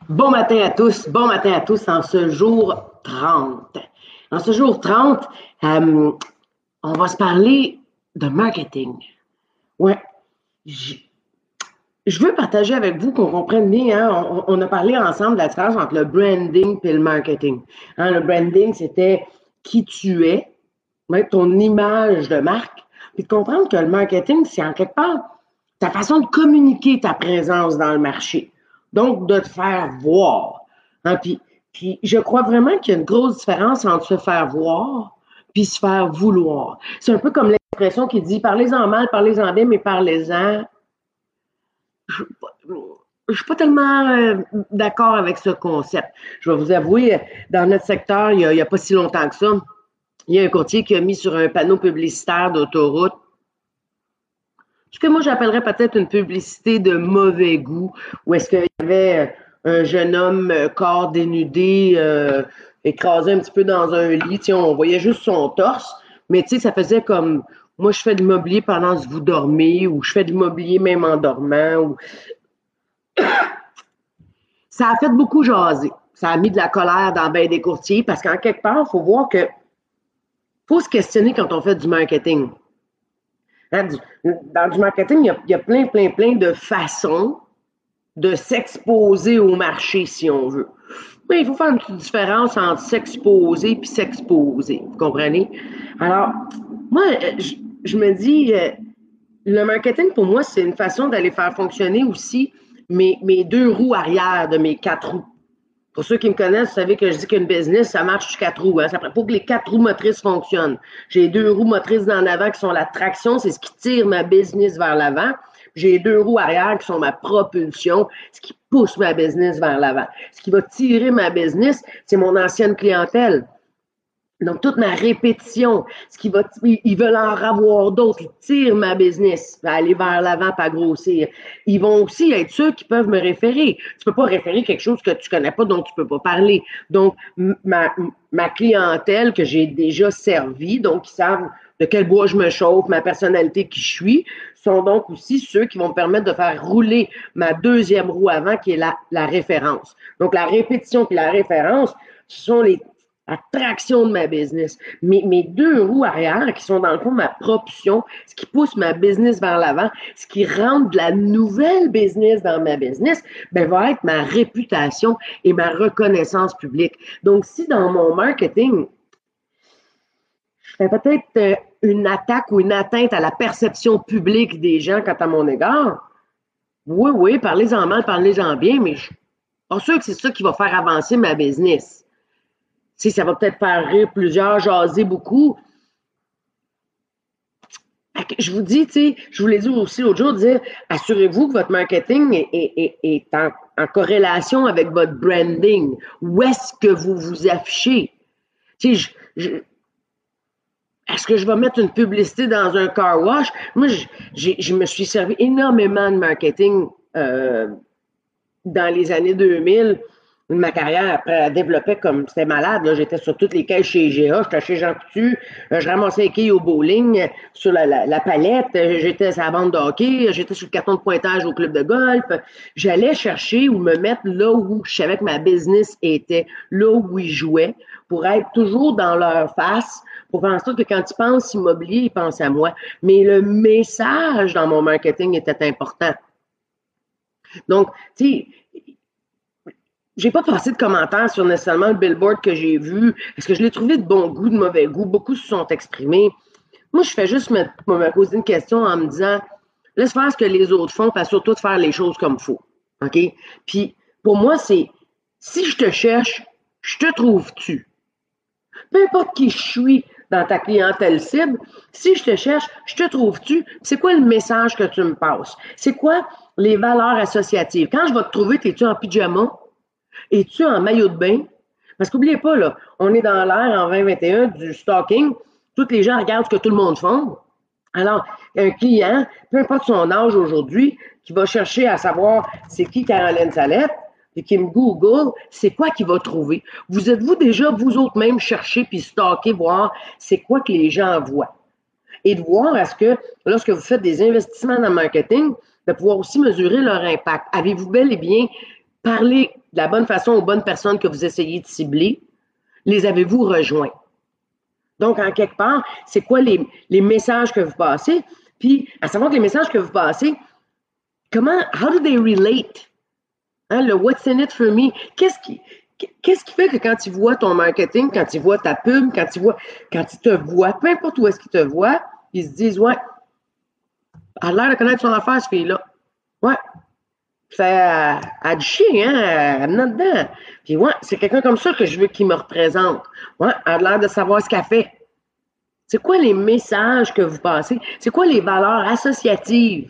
Bon matin à tous en ce jour 30. En ce jour 30, on va se parler de marketing. Ouais, je je veux partager avec vous qu'on comprenne bien, hein, on a parlé ensemble de la différence entre le branding et le marketing. Hein, le branding, c'était qui tu es, ouais, ton image de marque, puis de comprendre que le marketing, c'est en quelque part ta façon de communiquer ta présence dans le marché. Donc, de te faire voir. Hein, puis, je crois vraiment qu'il y a une grosse différence entre se faire voir puis se faire vouloir. C'est un peu comme l'expression qui dit parlez-en mal, parlez-en bien, mais parlez-en. Je ne suis pas tellement d'accord avec ce concept. Je vais vous avouer, dans notre secteur, il y a pas si longtemps que ça, il y a un courtier qui a mis sur un panneau publicitaire d'autoroute ce que moi j'appellerais peut-être une publicité de mauvais goût, où est-ce qu'il y avait un jeune homme corps dénudé, écrasé un petit peu dans un lit, tu sais, on voyait juste son torse, mais tu sais, ça faisait comme moi je fais de l'immobilier pendant que vous dormez, ou je fais de l'immobilier même en dormant, ou ça a fait beaucoup jaser. Ça a mis de la colère dans bien des courtiers parce qu'en quelque part, il faut voir que faut se questionner quand on fait du marketing. Hein, dans du marketing, il y a plein de façons de s'exposer au marché, si on veut. Mais il faut faire une petite différence entre s'exposer et s'exposer. Vous comprenez? Alors, moi, je me dis, le marketing, pour moi, c'est une façon d'aller faire fonctionner aussi mes deux roues arrière de mes quatre roues. Pour ceux qui me connaissent, vous savez que je dis qu'une business, ça marche sur quatre roues. Hein. Ça faut que les quatre roues motrices fonctionnent. J'ai deux roues motrices dans l'avant qui sont la traction, c'est ce qui tire ma business vers l'avant. J'ai deux roues arrière qui sont ma propulsion, ce qui pousse ma business vers l'avant. Ce qui va tirer ma business, c'est mon ancienne clientèle. Donc, toute ma répétition, ce qui va, ils veulent en avoir d'autres, ils tirent ma business, à aller vers l'avant, pas grossir. Ils vont aussi être ceux qui peuvent me référer. Tu peux pas référer quelque chose que tu connais pas, dont tu peux pas parler. Donc, ma clientèle que j'ai déjà servie, donc, ils savent de quel bois je me chauffe, ma personnalité qui je suis, sont donc aussi ceux qui vont me permettre de faire rouler ma deuxième roue avant, qui est la référence. Donc, la répétition puis la référence, ce sont la traction de ma business. Mes deux roues arrière, qui sont dans le fond ma propulsion, ce qui pousse ma business vers l'avant, ce qui rentre de la nouvelle business dans ma business, ben, va être ma réputation et ma reconnaissance publique. Donc, si dans mon marketing, je fais peut-être une attaque ou une atteinte à la perception publique des gens quant à mon égard, oui, parlez-en mal, parlez-en bien, mais je suis pas sûr que c'est ça qui va faire avancer ma business. Tu sais, ça va peut-être faire rire plusieurs, jaser beaucoup. Je vous dis, tu sais, je vous l'ai dit aussi l'autre jour, dire, assurez-vous que votre marketing est en corrélation avec votre branding. Où est-ce que vous vous affichez? Tu sais, est-ce que je vais mettre une publicité dans un car wash? Moi, je me suis servi énormément de marketing dans les années 2000. Ma carrière, après, elle développait comme c'était malade. Là. J'étais sur toutes les caisses chez IGA, j'étais chez Jean Coutu, je ramassais les quilles au bowling, sur la palette, j'étais sur la bande de hockey, j'étais sur le carton de pointage au club de golf. J'allais chercher ou me mettre là où je savais que ma business était, là où ils jouaient, pour être toujours dans leur face, pour faire en sorte que quand ils pensent immobilier, ils pensent à moi. Mais le message dans mon marketing était important. Donc, tu sais, j'ai pas passé de commentaires sur nécessairement le billboard que j'ai vu. Est-ce que je l'ai trouvé de bon goût, de mauvais goût? Beaucoup se sont exprimés. Moi, je fais juste me poser une question en me disant, laisse faire ce que les autres font, puis surtout de faire les choses comme il faut. OK? Puis, pour moi, c'est, si je te cherche, je te trouve-tu? Peu importe qui je suis dans ta clientèle cible, si je te cherche, je te trouve-tu? C'est quoi le message que tu me passes? C'est quoi les valeurs associatives? Quand je vais te trouver, es-tu en pyjama? Es-tu en maillot de bain? Parce qu'oubliez pas, là, on est dans l'ère en 2021 du stalking. Tous les gens regardent ce que tout le monde fait. Alors, un client, peu importe son âge aujourd'hui, qui va chercher à savoir c'est qui Caroline Salette, et qui me Google, c'est quoi qu'il va trouver? Vous êtes-vous déjà, vous autres même, chercher puis stalker, voir c'est quoi que les gens voient? Et de voir est-ce que, lorsque vous faites des investissements dans le marketing, de pouvoir aussi mesurer leur impact. Avez-vous bel et bien parlé de la bonne façon aux bonnes personnes que vous essayez de cibler? Les avez-vous rejoints? Donc, en quelque part, c'est quoi les messages que vous passez? Puis, à savoir que les messages que vous passez, how do they relate? Hein, le what's in it for me? Qu'est-ce qui fait que quand ils voient ton marketing, quand ils voient ta pub, quand ils te voient, peu importe où est-ce qu'ils te voient, ils se disent, ouais, elle a l'air de connaître son affaire, ce fille-là. Ouais. Ça a du chien, hein, elle en dedans. Puis ouais, c'est quelqu'un comme ça que je veux qu'il me représente. Ouais, elle a l'air de savoir ce qu'elle fait. C'est quoi les messages que vous passez? C'est quoi les valeurs associatives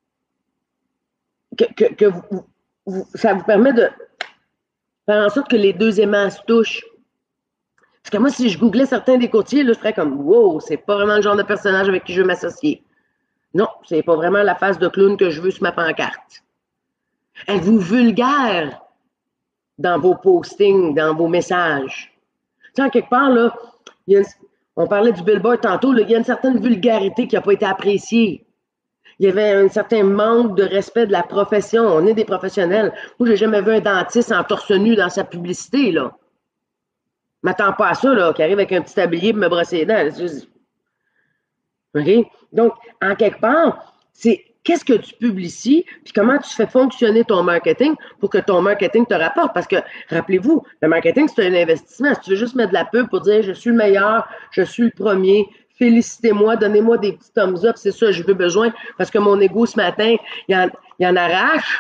que ça vous permet de faire en sorte que les deux aimants se touchent? Parce que moi, si je googlais certains des courtiers, là, je ferais comme wow, c'est pas vraiment le genre de personnage avec qui je veux m'associer. Non, c'est pas vraiment la face de clown que je veux sur ma pancarte. Êtes-vous vulgaire dans vos postings, dans vos messages? Tu sais, en quelque part, là, on parlait du billboard tantôt, là, il y a une certaine vulgarité qui n'a pas été appréciée. Il y avait un certain manque de respect de la profession. On est des professionnels. Moi, j'ai jamais vu un dentiste en torse nu dans sa publicité, là. Je m'attends pas à ça, là, qui arrive avec un petit tablier pour me brosser les dents. OK? Donc, en quelque part, c'est qu'est-ce que tu publies, puis comment tu fais fonctionner ton marketing pour que ton marketing te rapporte. Parce que, rappelez-vous, le marketing, c'est un investissement. Si tu veux juste mettre de la pub pour dire « je suis le meilleur, je suis le premier », félicitez-moi, donnez-moi des petits thumbs up, c'est ça, je veux besoin, parce que mon ego ce matin, il en arrache.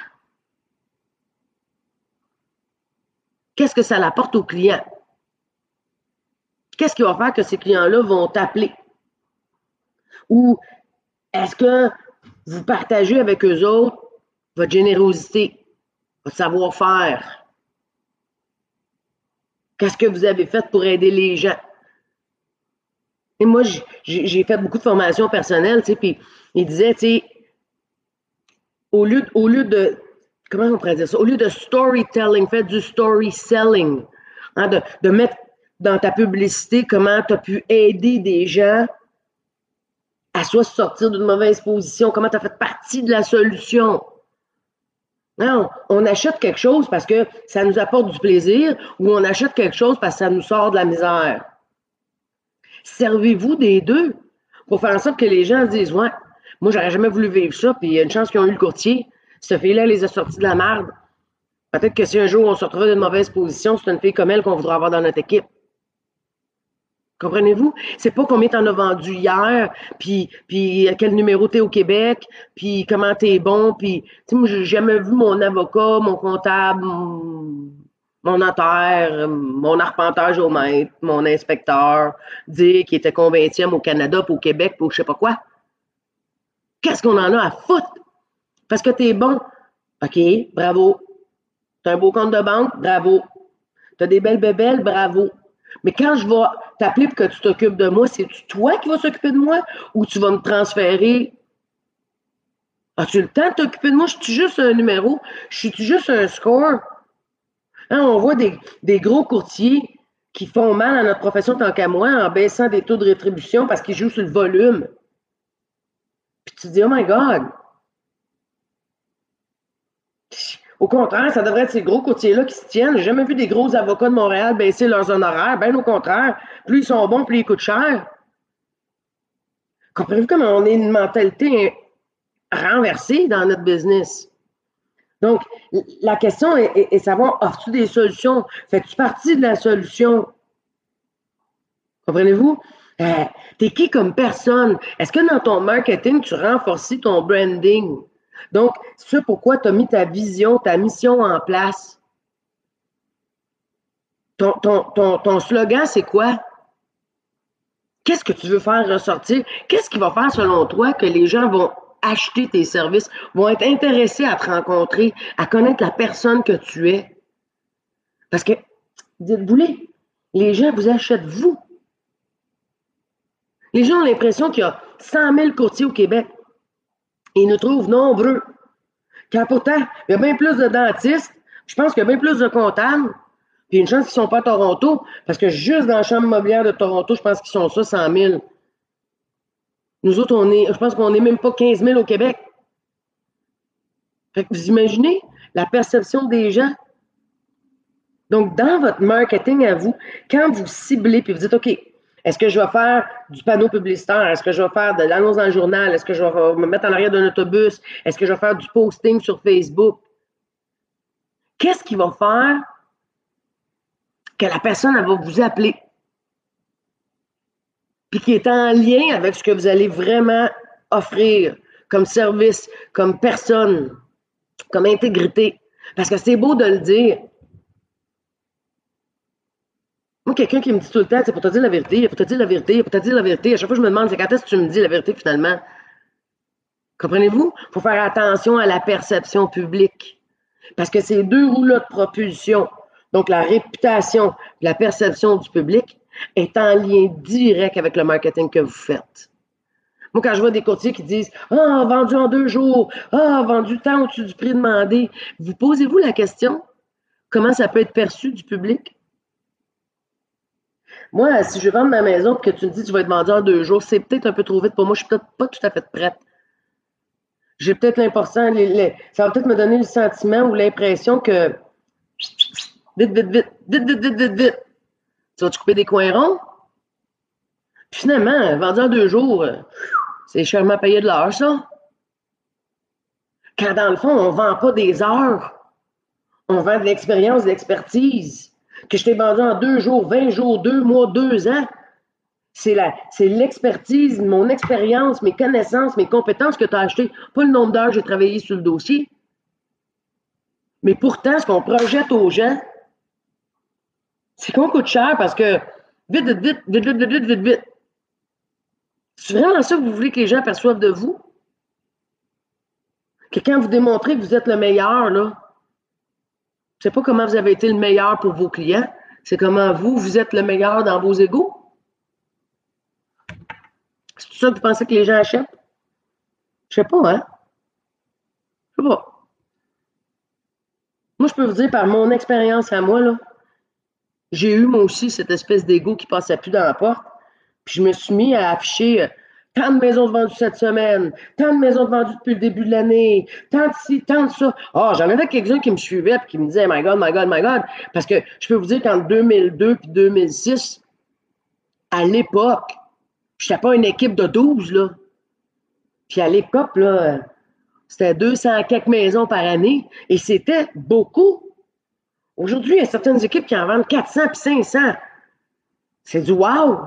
Qu'est-ce que ça apporte aux clients? Qu'est-ce qui va faire que ces clients-là vont t'appeler? Ou est-ce que vous partagez avec eux autres votre générosité, votre savoir-faire? Qu'est-ce que vous avez fait pour aider les gens? Et moi, j'ai fait beaucoup de formations personnelles, tu sais, puis il disait, tu sais, au lieu de, comment on pourrait dire ça? Au lieu de storytelling, faites du story selling. Hein, de mettre dans ta publicité comment tu as pu aider des gens à soit sortir d'une mauvaise position, comment tu as fait partie de la solution. Non, on achète quelque chose parce que ça nous apporte du plaisir ou on achète quelque chose parce que ça nous sort de la misère. Servez-vous des deux pour faire en sorte que les gens disent « Ouais, moi, j'aurais jamais voulu vivre ça, puis il y a une chance qu'ils ont eu le courtier. Cette fille-là les a sortis de la merde. Peut-être que si un jour on se retrouve dans une mauvaise position, c'est une fille comme elle qu'on voudra avoir dans notre équipe. » Comprenez-vous? C'est pas combien t'en as vendu hier, puis à quel numéro t'es au Québec, puis comment t'es bon, puis tu sais, moi, j'ai jamais vu mon avocat, mon comptable, mon notaire, mon arpenteur géomètre, mon inspecteur dire qu'il était conventième au Canada, puis au Québec, puis je sais pas quoi. Qu'est-ce qu'on en a à foutre? Parce que t'es bon. OK, bravo. T'as un beau compte de banque, bravo. T'as des belles bébelles, bravo. Mais quand je vais t'appeler pour que tu t'occupes de moi, c'est-tu toi qui vas s'occuper de moi ou tu vas me transférer? As-tu le temps de t'occuper de moi? Je suis juste un numéro? Je suis juste un score? Hein, on voit des gros courtiers qui font mal à notre profession tant qu'à moi en baissant des taux de rétribution parce qu'ils jouent sur le volume. Puis tu te dis, oh my God! Au contraire, ça devrait être ces gros courtiers-là qui se tiennent. J'ai jamais vu des gros avocats de Montréal baisser leurs honoraires. Bien au contraire, plus ils sont bons, plus ils coûtent cher. Comprenez-vous comment on est une mentalité renversée dans notre business? Donc, la question est savoir, offres-tu des solutions? Fais-tu partie de la solution? Comprenez-vous? T'es qui comme personne? Est-ce que dans ton marketing, tu renforces ton branding? Donc, c'est pourquoi tu as mis ta vision, ta mission en place. Ton slogan, c'est quoi? Qu'est-ce que tu veux faire ressortir? Qu'est-ce qui va faire, selon toi, que les gens vont acheter tes services, vont être intéressés à te rencontrer, à connaître la personne que tu es? Parce que, dites-vous, les gens vous achètent vous. Les gens ont l'impression qu'il y a 100 000 courtiers au Québec. Et ils nous trouvent nombreux. Quand pourtant, il y a bien plus de dentistes, je pense qu'il y a bien plus de comptables, puis une chance qu'ils ne sont pas à Toronto, parce que juste dans la chambre immobilière de Toronto, je pense qu'ils sont ça 100 000. Nous autres, je pense qu'on n'est même pas 15 000 au Québec. Fait que vous imaginez la perception des gens? Donc, dans votre marketing à vous, quand vous ciblez puis vous dites, OK, est-ce que je vais faire du panneau publicitaire? Est-ce que je vais faire de l'annonce dans le journal? Est-ce que je vais me mettre en arrière d'un autobus? Est-ce que je vais faire du posting sur Facebook? Qu'est-ce qui va faire que la personne elle va vous appeler? Puis qui est en lien avec ce que vous allez vraiment offrir comme service, comme personne, comme intégrité. Parce que c'est beau de le dire. Moi, quelqu'un qui me dit tout le temps, c'est pour te dire la vérité, pour te dire la vérité, pour te dire la vérité. À chaque fois, je me demande, c'est quand est-ce que tu me dis la vérité finalement? Comprenez-vous? Il faut faire attention à la perception publique. Parce que ces deux roues-là de propulsion, donc la réputation, la perception du public, est en lien direct avec le marketing que vous faites. Moi, quand je vois des courtiers qui disent Ah, vendu en 2 jours, ah, vendu tant au-dessus du prix demandé, vous posez-vous la question comment ça peut être perçu du public? Moi, si je vends ma maison et que tu me dis que tu vas être vendu en 2 jours, c'est peut-être un peu trop vite pour moi. Je suis peut-être pas tout à fait prête. J'ai peut-être l'important, ça va peut-être me donner le sentiment ou l'impression que vite, vite, vite, vite, vite, vite, vite, vite. Tu vas-tu couper des coins ronds? Puis finalement, vendu en 2 jours, c'est chèrement payé de l'heure, ça. Quand dans le fond, on ne vend pas des heures, on vend de l'expérience, de l'expertise. Que je t'ai vendu en 2 jours, 20 jours, 2 mois, 2 ans. C'est l'expertise, mon expérience, mes connaissances, mes compétences que tu as achetées, pas le nombre d'heures que j'ai travaillé sur le dossier. Mais pourtant, ce qu'on projette aux gens, c'est qu'on coûte cher parce que vite, vite, vite, vite, vite, vite, vite, vite, vite. C'est vraiment ça que vous voulez que les gens perçoivent de vous? Que quand vous démontrez que vous êtes le meilleur, là, c'est pas comment vous avez été le meilleur pour vos clients, c'est comment vous êtes le meilleur dans vos égos. C'est tout ça que vous pensez que les gens achètent? Je sais pas, hein? Je sais pas. Moi, je peux vous dire par mon expérience à moi, là, j'ai eu moi aussi cette espèce d'ego qui passait plus dans la porte. Puis je me suis mis à afficher tant de maisons de vendues cette semaine, tant de maisons de vendues depuis le début de l'année, tant de ci, tant de ça. Ah, j'en avais quelques-uns qui me suivaient et qui me disaient My God, my God, my God. Parce que je peux vous dire qu'en 2002 puis 2006, à l'époque, je n'étais pas une équipe de 12, là. Puis à l'époque, là, c'était 200 quelques maisons par année et c'était beaucoup. Aujourd'hui, il y a certaines équipes qui en vendent 400 puis 500. C'est du wow!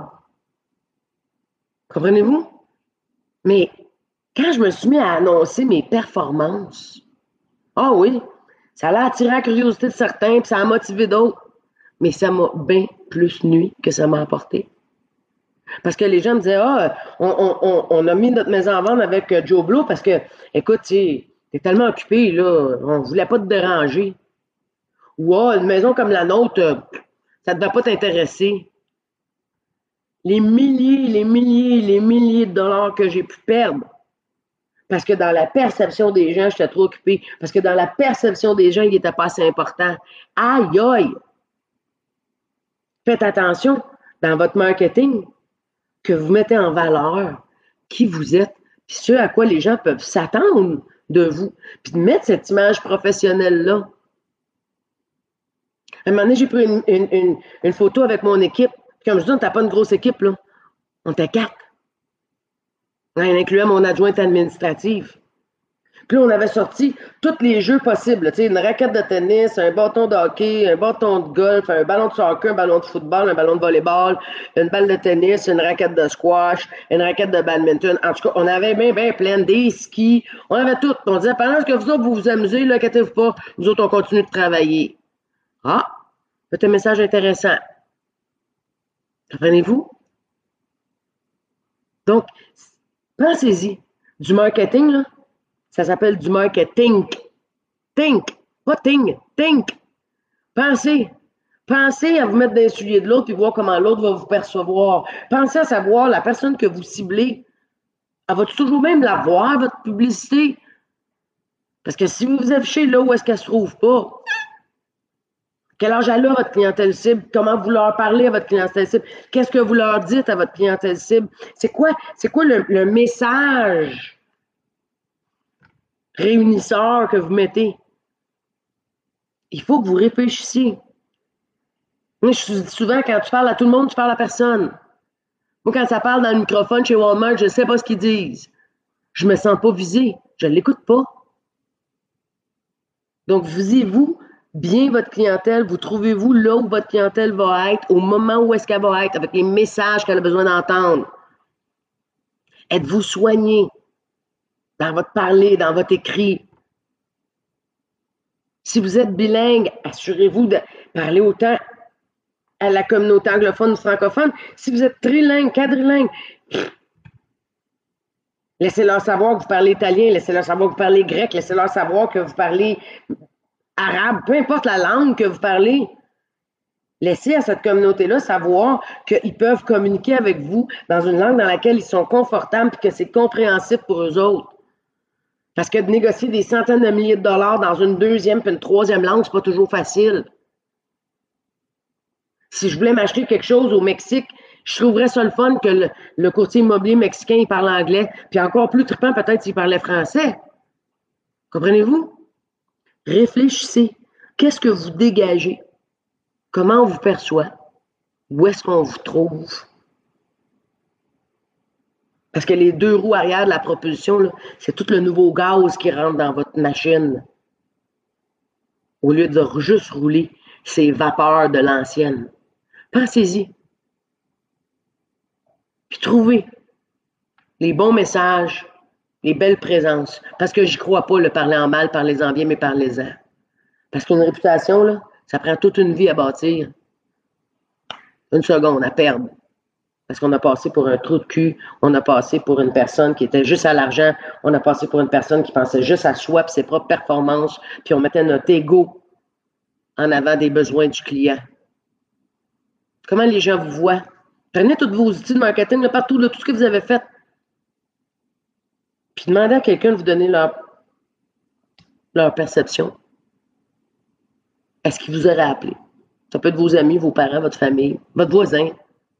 Comprenez-vous? Mais quand je me suis mis à annoncer mes performances, ah oui, ça a attiré la curiosité de certains, puis ça a motivé d'autres. Mais ça m'a bien plus nuit que ça m'a apporté. Parce que les gens me disaient, ah, on a mis notre maison en vente avec Joe Blow parce que, écoute, tu es tellement occupé, là, on ne voulait pas te déranger. Ou, ah, une maison comme la nôtre, ça ne devait pas t'intéresser. Les milliers, les milliers, les milliers de dollars que j'ai pu perdre. Parce que dans la perception des gens, j'étais trop occupé. Parce que dans la perception des gens, il n'était pas assez important. Aïe, aïe! Faites attention dans votre marketing que vous mettez en valeur qui vous êtes, puis ce à quoi les gens peuvent s'attendre de vous. Puis de mettre cette image professionnelle-là. À un moment donné, j'ai pris une photo avec mon équipe. Comme je dis, on n'était pas une grosse équipe, là. On était 4. On incluait mon adjointe administrative. Puis là, on avait sorti tous les jeux possibles. Une raquette de tennis, un bâton de hockey, un bâton de golf, un ballon de soccer, un ballon de football, un ballon de volleyball, une balle de tennis, une raquette de squash, une raquette de badminton. En tout cas, on avait bien plein des skis. On avait tout. On disait, pendant que vous autres, vous vous amusez, là, inquiétez-vous pas, nous autres, on continue de travailler. Ah, c'est un message intéressant. Comprenez-vous? Donc, pensez-y. Du marketing, là, ça s'appelle du marketing. Think, pas ting, think. Pensez. Pensez à vous mettre dans les souliers de l'autre et voir comment l'autre va vous percevoir. Pensez à savoir la personne que vous ciblez. Elle va toujours même la voir, votre publicité? Parce que si vous vous affichez là où est-ce qu'elle ne se trouve pas, quel âge elle a, votre clientèle cible? Comment vous leur parlez à votre clientèle cible? Qu'est-ce que vous leur dites à votre clientèle cible? C'est quoi le message réunisseur que vous mettez? Il faut que vous réfléchissiez. Moi, je dis souvent, quand tu parles à tout le monde, tu parles à personne. Moi, quand ça parle dans le microphone chez Walmart, je ne sais pas ce qu'ils disent. Je me sens pas visée. Je ne l'écoute pas. Donc, visez-vous bien votre clientèle. Vous trouvez-vous là où votre clientèle va être, au moment où est-ce qu'elle va être, avec les messages qu'elle a besoin d'entendre. Êtes-vous soigné dans votre parler, dans votre écrit? Si vous êtes bilingue, assurez-vous de parler autant à la communauté anglophone ou francophone. Si vous êtes trilingue, quadrilingue, laissez-leur savoir que vous parlez italien, laissez-leur savoir que vous parlez grec, laissez-leur savoir que vous parlez arabe, peu importe la langue que vous parlez. Laissez à cette communauté-là savoir qu'ils peuvent communiquer avec vous dans une langue dans laquelle ils sont confortables et que c'est compréhensible pour eux autres. Parce que de négocier des centaines de milliers de dollars dans une deuxième et une troisième langue, c'est pas toujours facile. Si je voulais m'acheter quelque chose au Mexique, je trouverais ça le fun que le courtier immobilier mexicain il parle anglais, puis encore plus trippant peut-être s'il parlait français. Comprenez-vous? Réfléchissez. Qu'est-ce que vous dégagez? Comment on vous perçoit? Où est-ce qu'on vous trouve? Parce que les deux roues arrière de la propulsion, là, c'est tout le nouveau gaz qui rentre dans votre machine. Au lieu de juste rouler ces vapeurs de l'ancienne. Pensez-y. Puis trouvez les bons messages, les belles présences. Parce que j'y crois pas, le parler en mal, parlez-en bien, mais parlez-en. Parce qu'une réputation, là, ça prend toute une vie à bâtir. Une seconde à perdre. Parce qu'on a passé pour un trou de cul, on a passé pour une personne qui était juste à l'argent, on a passé pour une personne qui pensait juste à soi et ses propres performances, puis on mettait notre ego en avant des besoins du client. Comment les gens vous voient? Prenez tous vos outils de marketing, là, partout, là, tout ce que vous avez fait, puis demandez à quelqu'un de vous donner leur perception. Est-ce qu'il vous aurait appelé? Ça peut être vos amis, vos parents, votre famille, votre voisin,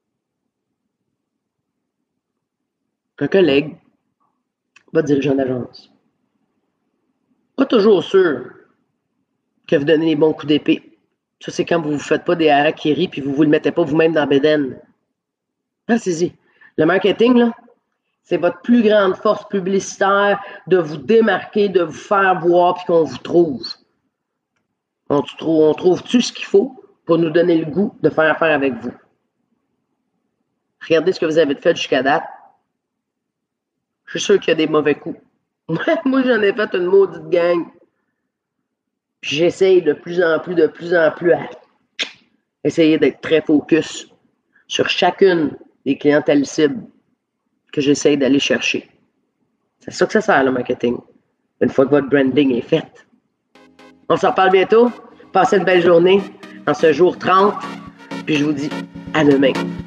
un collègue, votre dirigeant d'agence. Pas toujours sûr que vous donnez les bons coups d'épée. Ça, c'est quand vous ne vous faites pas des harakiri puis vous ne vous le mettez pas vous-même dans la bédaine. Pensez-y. Le marketing, là, c'est votre plus grande force publicitaire de vous démarquer, de vous faire voir puis qu'on vous trouve. On trouve-tu ce qu'il faut pour nous donner le goût de faire affaire avec vous? Regardez ce que vous avez fait jusqu'à date. Je suis sûr qu'il y a des mauvais coups. Moi, j'en ai fait une maudite gang. Puis j'essaye de plus en plus à essayer d'être très focus sur chacune des clientèles cibles que j'essaye d'aller chercher. C'est ça que ça sert, le marketing. Une fois que votre branding est fait. On s'en reparle bientôt. Passez une belle journée en ce jour 30. Puis je vous dis à demain.